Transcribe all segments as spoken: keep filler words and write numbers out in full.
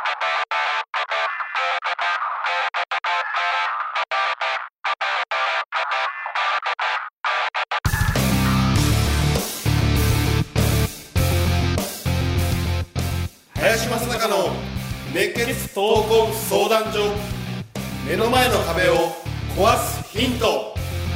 林正孝の熱血闘魂相談所。目の前の壁を壊すヒント。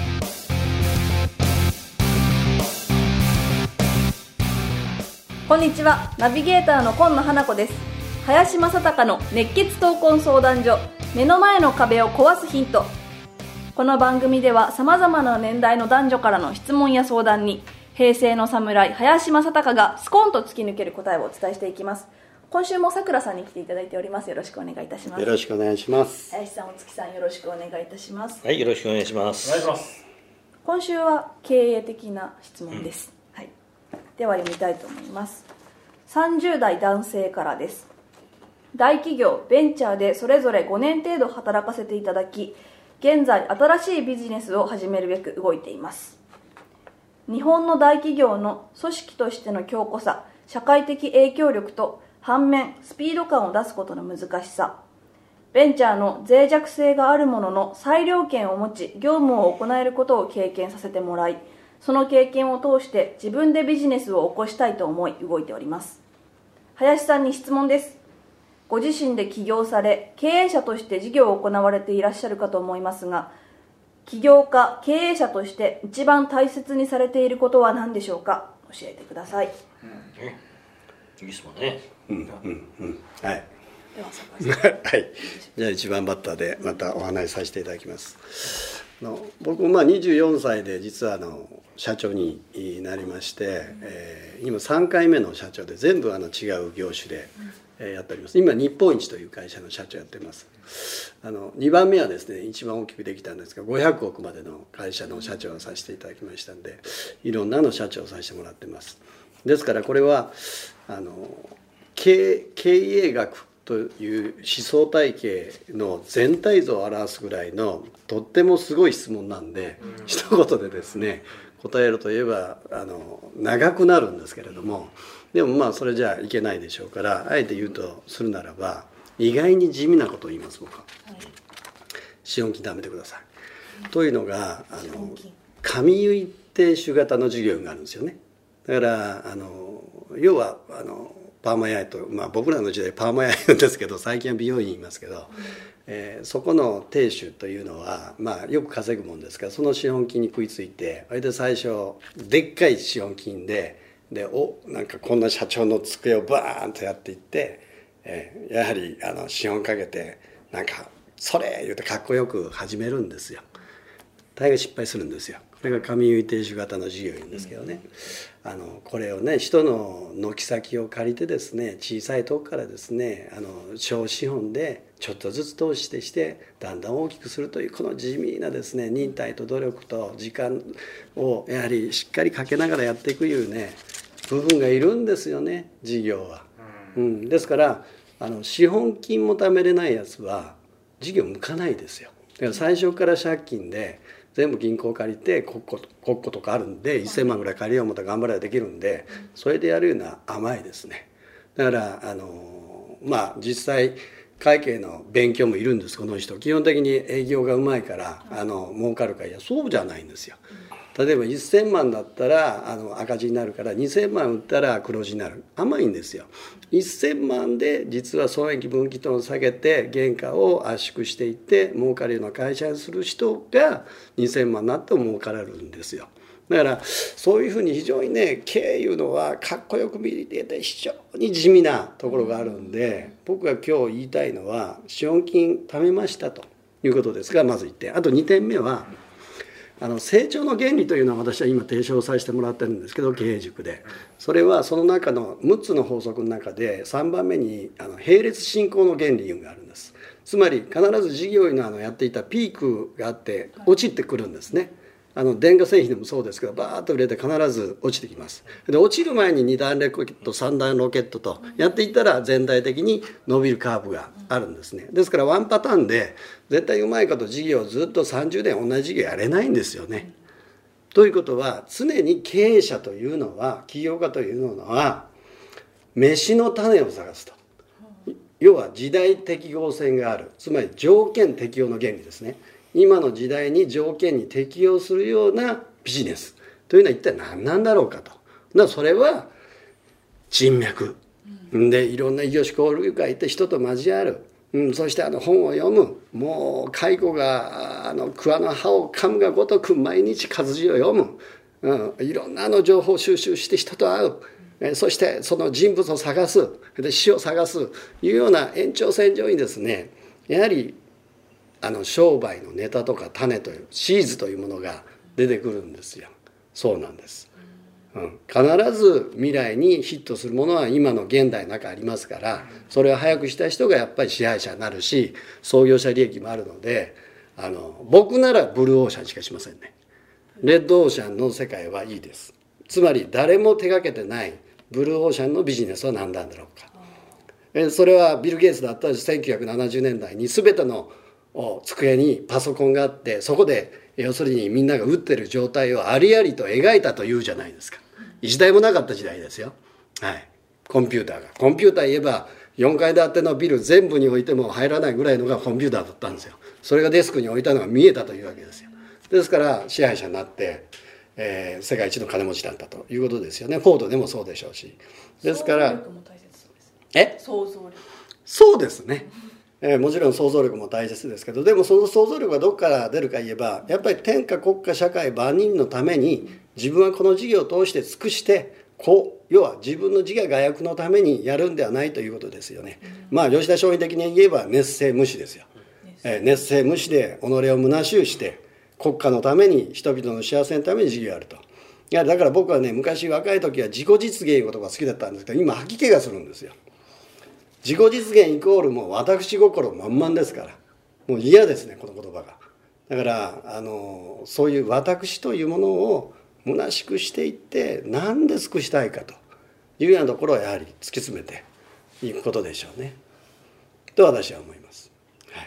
こんにちは、ナビゲーターの今野花子です。林正孝の熱血闘魂相談所、目の前の壁を壊すヒント。この番組では様々な年代の男女からの質問や相談に、平成の侍林正孝がスコーンと突き抜ける答えをお伝えしていきます。今週もさくらさんに来ていただいております。よろしくお願いいたします。 よろしくお願いします。 林さん、お月さん、よろしくお願いいたします。 はい、よろしくお願いします。 お願いします。 今週は経営的な質問です、うんはい、では読みたいと思います。さんじゅう代男性からです。大企業ベンチャーでそれぞれごねん程度働かせていただき、現在新しいビジネスを始めるべく動いています。日本の大企業の組織としての強固さ、社会的影響力と反面スピード感を出すことの難しさ、ベンチャーの脆弱性があるものの裁量権を持ち業務を行えることを経験させてもらい、その経験を通して自分でビジネスを起こしたいと思い動いております。林さんに質問です。ご自身で起業され、経営者として事業を行われていらっしゃるかと思いますが、起業家、経営者として一番大切にされていることは何でしょうか。教えてください。 うんね、いいですもんね。 うんうんうんはい。 では酒井さんはい。じゃあ一番バッターでまたお話しさせていただきます。あの僕もまあにじゅうよんさいで実はあの社長になりまして、うんえー、今さんかいめの社長で全部あの違う業種で、うんえー、やっております。今日本一という会社の社長やってます。あのにばんめはですね一番大きくできたんですがごひゃくおくまでの会社の社長をさせていただきましたんで、いろんなの社長をさせてもらってます。ですからこれはあの経, 経営学という思想体系の全体像を表すぐらいのとってもすごい質問なんで、うん、一言でですね答えるといえばあの長くなるんですけれども、でもまあそれじゃいけないでしょうから、あえて言うとするならば意外に地味なことを言います。僕は、はい、資本金貯めてください、うん、というのがあの上結定種型の事業があるんですよね。だからあの要はあのパーマ屋へと、まあ、僕らの時代パーマ屋言うんですけど、最近は美容院言いますけど、うんえー、そこの亭主というのは、まあ、よく稼ぐもんですから、その資本金に食いついて、それで最初でっかい資本金ででおなんかこんな社長の机をバーンとやっていって、えー、やはりあの資本かけてなんかそれ言うてかっこよく始めるんですよ。大概失敗するんですよ。これが上結定種型の事業言うんですけどね、あのこれをね人の軒先を借りてですね、小さいとこからですねあの小資本でちょっとずつ投資してしてだんだん大きくするというこの地味なですね忍耐と努力と時間をやはりしっかりかけながらやっていくいうね部分がいるんですよね、事業は、うん、ですからあの資本金も貯めれないやつは事業向かないですよ。だから最初から借金で全部銀行借りて国庫、国庫とかあるんでせんまんぐらい借りよう思ったら頑張ればできるんで、それでやるような甘いですね。だからあのまあ実際会計の勉強もいるんです。この人基本的に営業がうまいからあの儲かるか、いやそうじゃないんですよ。例えばせんまんだったらあの赤字になるからにせんまん売ったら黒字になる、甘いんですよ。せんまんで実は損益分岐点を下げて原価を圧縮していって儲かるような会社にする人がにせんまんになっても儲かられるんですよ。だからそういうふうに非常にね経営いうのはかっこよく見てて非常に地味なところがあるんで、僕が今日言いたいのは資本金貯めましたということですが、まずいってん、あとにてんめはあの成長の原理というのは私は今提唱させてもらってるんですけど、経営塾でそれはその中のむっつの法則の中でさんばんめにあの並列進行の原理があるんです。つまり必ず事業のあのやっていたピークがあって落ちてくるんですね。あの電化製品でもそうですけど、バーッと売れて必ず落ちてきます。で落ちる前にに段ロケットさん段ロケットとやっていったら全体的に伸びるカーブがあるんですね。ですからワンパターンで絶対うまいこと事業をずっとさんじゅうねん同じ事業やれないんですよね。ということは常に経営者というのは起業家というのは飯の種を探すと。 要は時代適合性がある、つまり条件適用の原理ですね。今の時代に条件に適応するようなビジネスというのは一体何なんだろうかと。だからそれは人脈で、いろんな異業種交流会行って人と交わる、うん、そしてあの本を読む、もう蚕があの桑の葉を噛むがごとく毎日活字を読む、うん、いろんなあの情報収集して人と会う、えそしてその人物を探す、で死を探すいうような延長線上にですね、やはりあの商売のネタとか種というシーズというものが出てくるんですよ。そうなんです、うん、必ず未来にヒットするものは今の現代の中ありますから、それを早くした人がやっぱり支配者になるし、創業者利益もあるので、あの僕ならブルーオーシャンしかしませんね。レッドオーシャンの世界はいいです。つまり誰も手がけてないブルーオーシャンのビジネスは何なんだろうか。えそれはビル・ゲイツだったらせんきゅうひゃくななじゅうねんだいに全ての机にパソコンがあって、そこで要するにみんなが打ってる状態をありありと描いたというじゃないですか。一台もなかった時代ですよ。はい。コンピューターが。コンピューター言えばよんかい建てのビル全部に置いても入らないぐらいのがコンピューターだったんですよ。それがデスクに置いたのが見えたというわけですよ。ですから支配者になって、えー、世界一の金持ちだったということですよね。フォードでもそうでしょうし。ですから、え？ 想像力。 そうですね。えー、もちろん想像力も大切ですけど、でもその想像力がどこから出るか言えば、やっぱり天下国家社会万人のために自分はこの事業を通して尽くして、こう要は自分の自我我欲のためにやるんではないということですよね。うん、まあ吉田松陰的に言えば熱性無視ですよ。えー、熱性無視で己を虚しゅうして国家のために人々の幸せのために事業をやると。いやだから僕はね、昔若い時は自己実現いうことが好きだったんですけど、今吐き気がするんですよ。自己実現イコールもう私心満々ですから、もう嫌ですねこの言葉が。だからあのそういう私というものを虚しくしていって、なんで尽くしたいかというようなところをやはり突き詰めていくことでしょうねと私は思います。はい。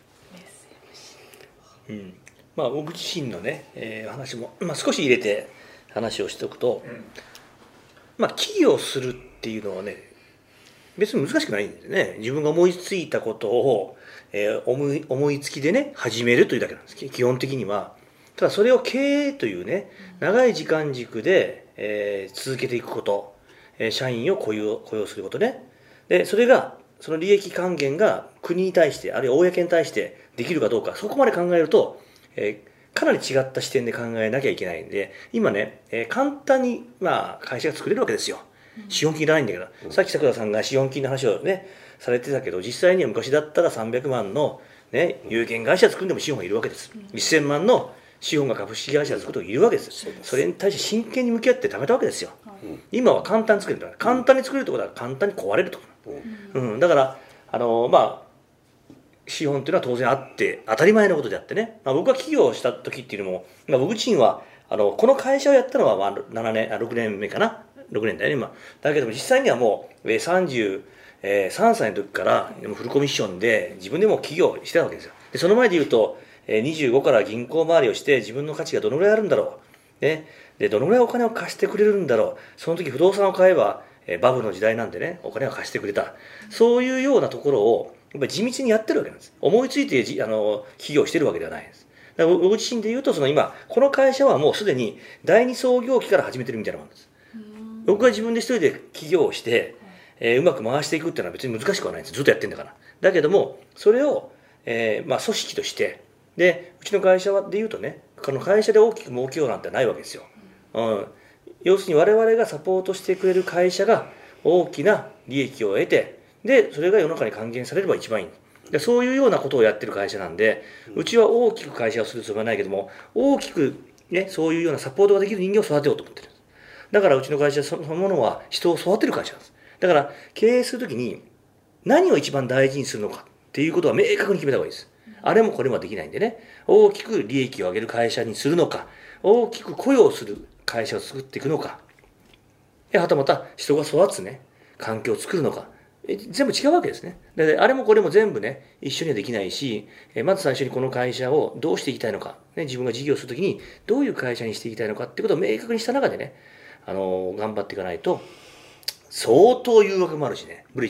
うん、まあ僕自身のね、えー、話も、まあ、少し入れて話をしておくと、うん、まあ起業するっていうのはね、別に難しくないんですね。自分が思いついたことを、えー、思い思いつきでね始めるというだけなんです。基本的には。ただそれを経営というね長い時間軸で、えー、続けていくこと、えー、社員を雇用雇用することね。でそれがその利益還元が国に対してあるいは公に対してできるかどうか、そこまで考えると、えー、かなり違った視点で考えなきゃいけないんで、今ね、えー、簡単に、まあ、会社が作れるわけですよ。資本金いらないんだけど、うん、さっき桜さんが資本金の話をねされてたけど、実際には昔だったらさんびゃくまんの、ね、有限会社作るんでも資本がいるわけです、うん、せんまんの資本が株式会社作るといるわけです、うん、それに対して真剣に向き合って貯めたわけですよ、うん、今は簡単に作れる、簡単に作れるってことは簡単に壊れると、うんうん、だからあのまあ資本っていうのは当然あって当たり前のことであってね、まあ、僕が起業した時っていうのも、まあ、僕自身はあのこの会社をやったのはまあななねんろくねんめかな、ろくねんだよね今。だけども実際にはもうさんじゅうさんさいの時からフルコミッションで自分でも起業してたわけですよ。でその前で言うとにじゅうごから銀行回りをして自分の価値がどのぐらいあるんだろう、ね、でどのぐらいお金を貸してくれるんだろう。その時不動産を買えばバブルの時代なんでねお金を貸してくれた、そういうようなところをやっぱり地道にやってるわけなんです。思いついてあの起業してるわけではないんです。だから僕自身で言うとその今この会社はもうすでに第二創業期から始めてるみたいなもんです。僕が自分で一人で起業をして、えー、うまく回していくっていうのは別に難しくはないんです。ずっとやってるんだから。だけどもそれを、えーまあ、組織としてでうちの会社で言うとね、この会社で大きく儲けようなんてないわけですよ、うん、要するに我々がサポートしてくれる会社が大きな利益を得て、でそれが世の中に還元されれば一番いい。でそういうようなことをやってる会社なんで、うちは大きく会社をするつもりはないけども、大きく、ね、そういうようなサポートができる人間を育てようと思ってる。だからうちの会社そのものは人を育てる会社なんです。だから経営するときに何を一番大事にするのかっていうことは明確に決めた方がいいです。あれもこれもできないんでね、大きく利益を上げる会社にするのか、大きく雇用する会社を作っていくのか、はたまた人が育つね環境を作るのか、全部違うわけですね。であれもこれも全部ね一緒にはできないし、まず最初にこの会社をどうしていきたいのか、ね、自分が事業するときにどういう会社にしていきたいのかっていうことを明確にした中でね、あの頑張っていかないと相当誘惑もあるしね、ブレちゃう。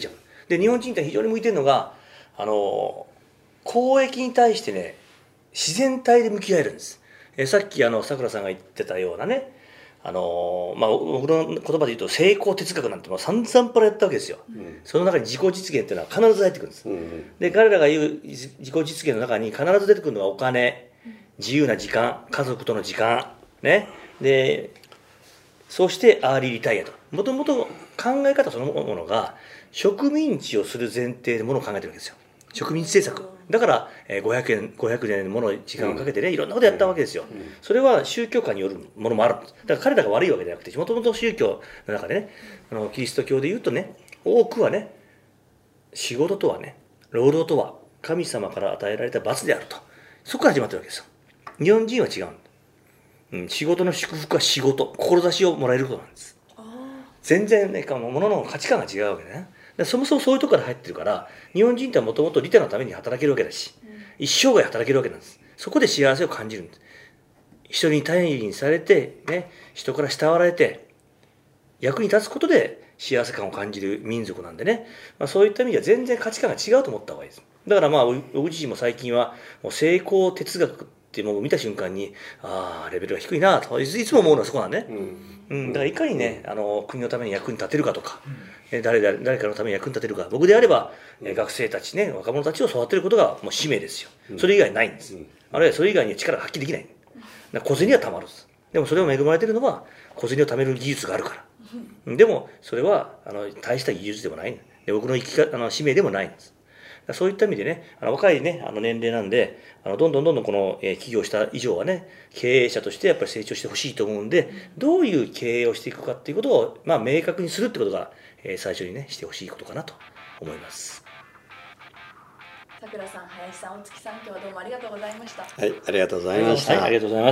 で日本人って非常に向いてるのがあの公益に対してね自然体で向き合えるんです。えさっきあのさくらさんが言ってたようなねあのまあ、僕の言葉で言うと成功哲学なんてもう散々パラやったわけですよ、うん、その中に自己実現っていうのは必ず入ってくるんです、うんうん、で彼らが言う自己実現の中に必ず出てくるのはお金、自由な時間、家族との時間ね、でそしてアーリーリタイアと、もともと考え方そのものが植民地をする前提でものを考えてるわけですよ。植民地政策だからごひゃくえんごひゃくねんもの時間をかけてね、いろんなことやったわけですよ。それは宗教観によるものもあるんです。だから彼らが悪いわけじゃなくて、もともと宗教の中でね、あのキリスト教で言うとね、多くはね、仕事とはね、労働とは神様から与えられた罰であると、そこから始まってるわけですよ。日本人は違うんだ、うん、仕事の祝福は仕事、志をもらえることなんです。全然ね、ものの価値観が違うわけね。そもそもそういうところから入ってるから、日本人ってもともと利他のために働けるわけだし、うん、一生涯働けるわけなんです。そこで幸せを感じるんです。人に頼りにされて、ね、人から慕われて役に立つことで幸せ感を感じる民族なんでね、まあ、そういった意味では全然価値観が違うと思った方がいいです。だからまあ僕自身も最近はもう成功哲学ってもう見た瞬間に、ああレベルが低いなといつも思うのはそこなんね、うんうん、だからいかにね、あの国のために役に立てるかとか、うん、誰, 誰かのために役に立てるか、僕であれば、うん、学生たちね、若者たちを育てることがもう使命ですよ、うん、それ以外ないんです、うん、あるいはそれ以外に力が発揮できない。だから小銭は貯まるんです。でもそれを恵まれてるのは小銭を貯める技術があるから、でもそれはあの大した技術でもないで、僕の生き方あの使命でもないんです。そういった意味でね、あの若いね、あの年齢なんで、あのどんどんどんどんこの、えー、起業した以上はね、経営者としてやっぱり成長してほしいと思うんで、どういう経営をしていくかっていうことを、まあ、明確にするってことが、えー、最初にね、してほしいことかなと思います。 さくらさん、林さん、大月さん、今日はどうもありがとうございました。 はい、ありがとうございました。 はい、ありがとうございます。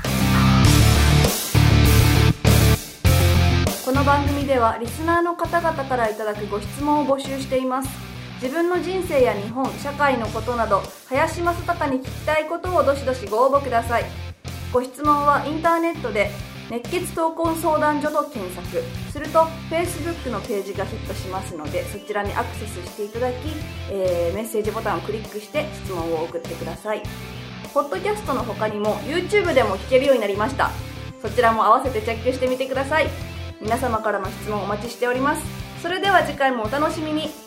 この番組ではリスナーの方々からいただくご質問を募集しています。自分の人生や日本、社会のことなど、林正孝に聞きたいことをどしどしご応募ください。ご質問はインターネットで熱血闘魂相談所と検索すると Facebook のページがヒットしますので、そちらにアクセスしていただき、えー、メッセージボタンをクリックして質問を送ってください。ポッドキャストの他にも YouTube でも聞けるようになりました。そちらも合わせてチェックしてみてください。皆様からの質問お待ちしております。それでは次回もお楽しみに。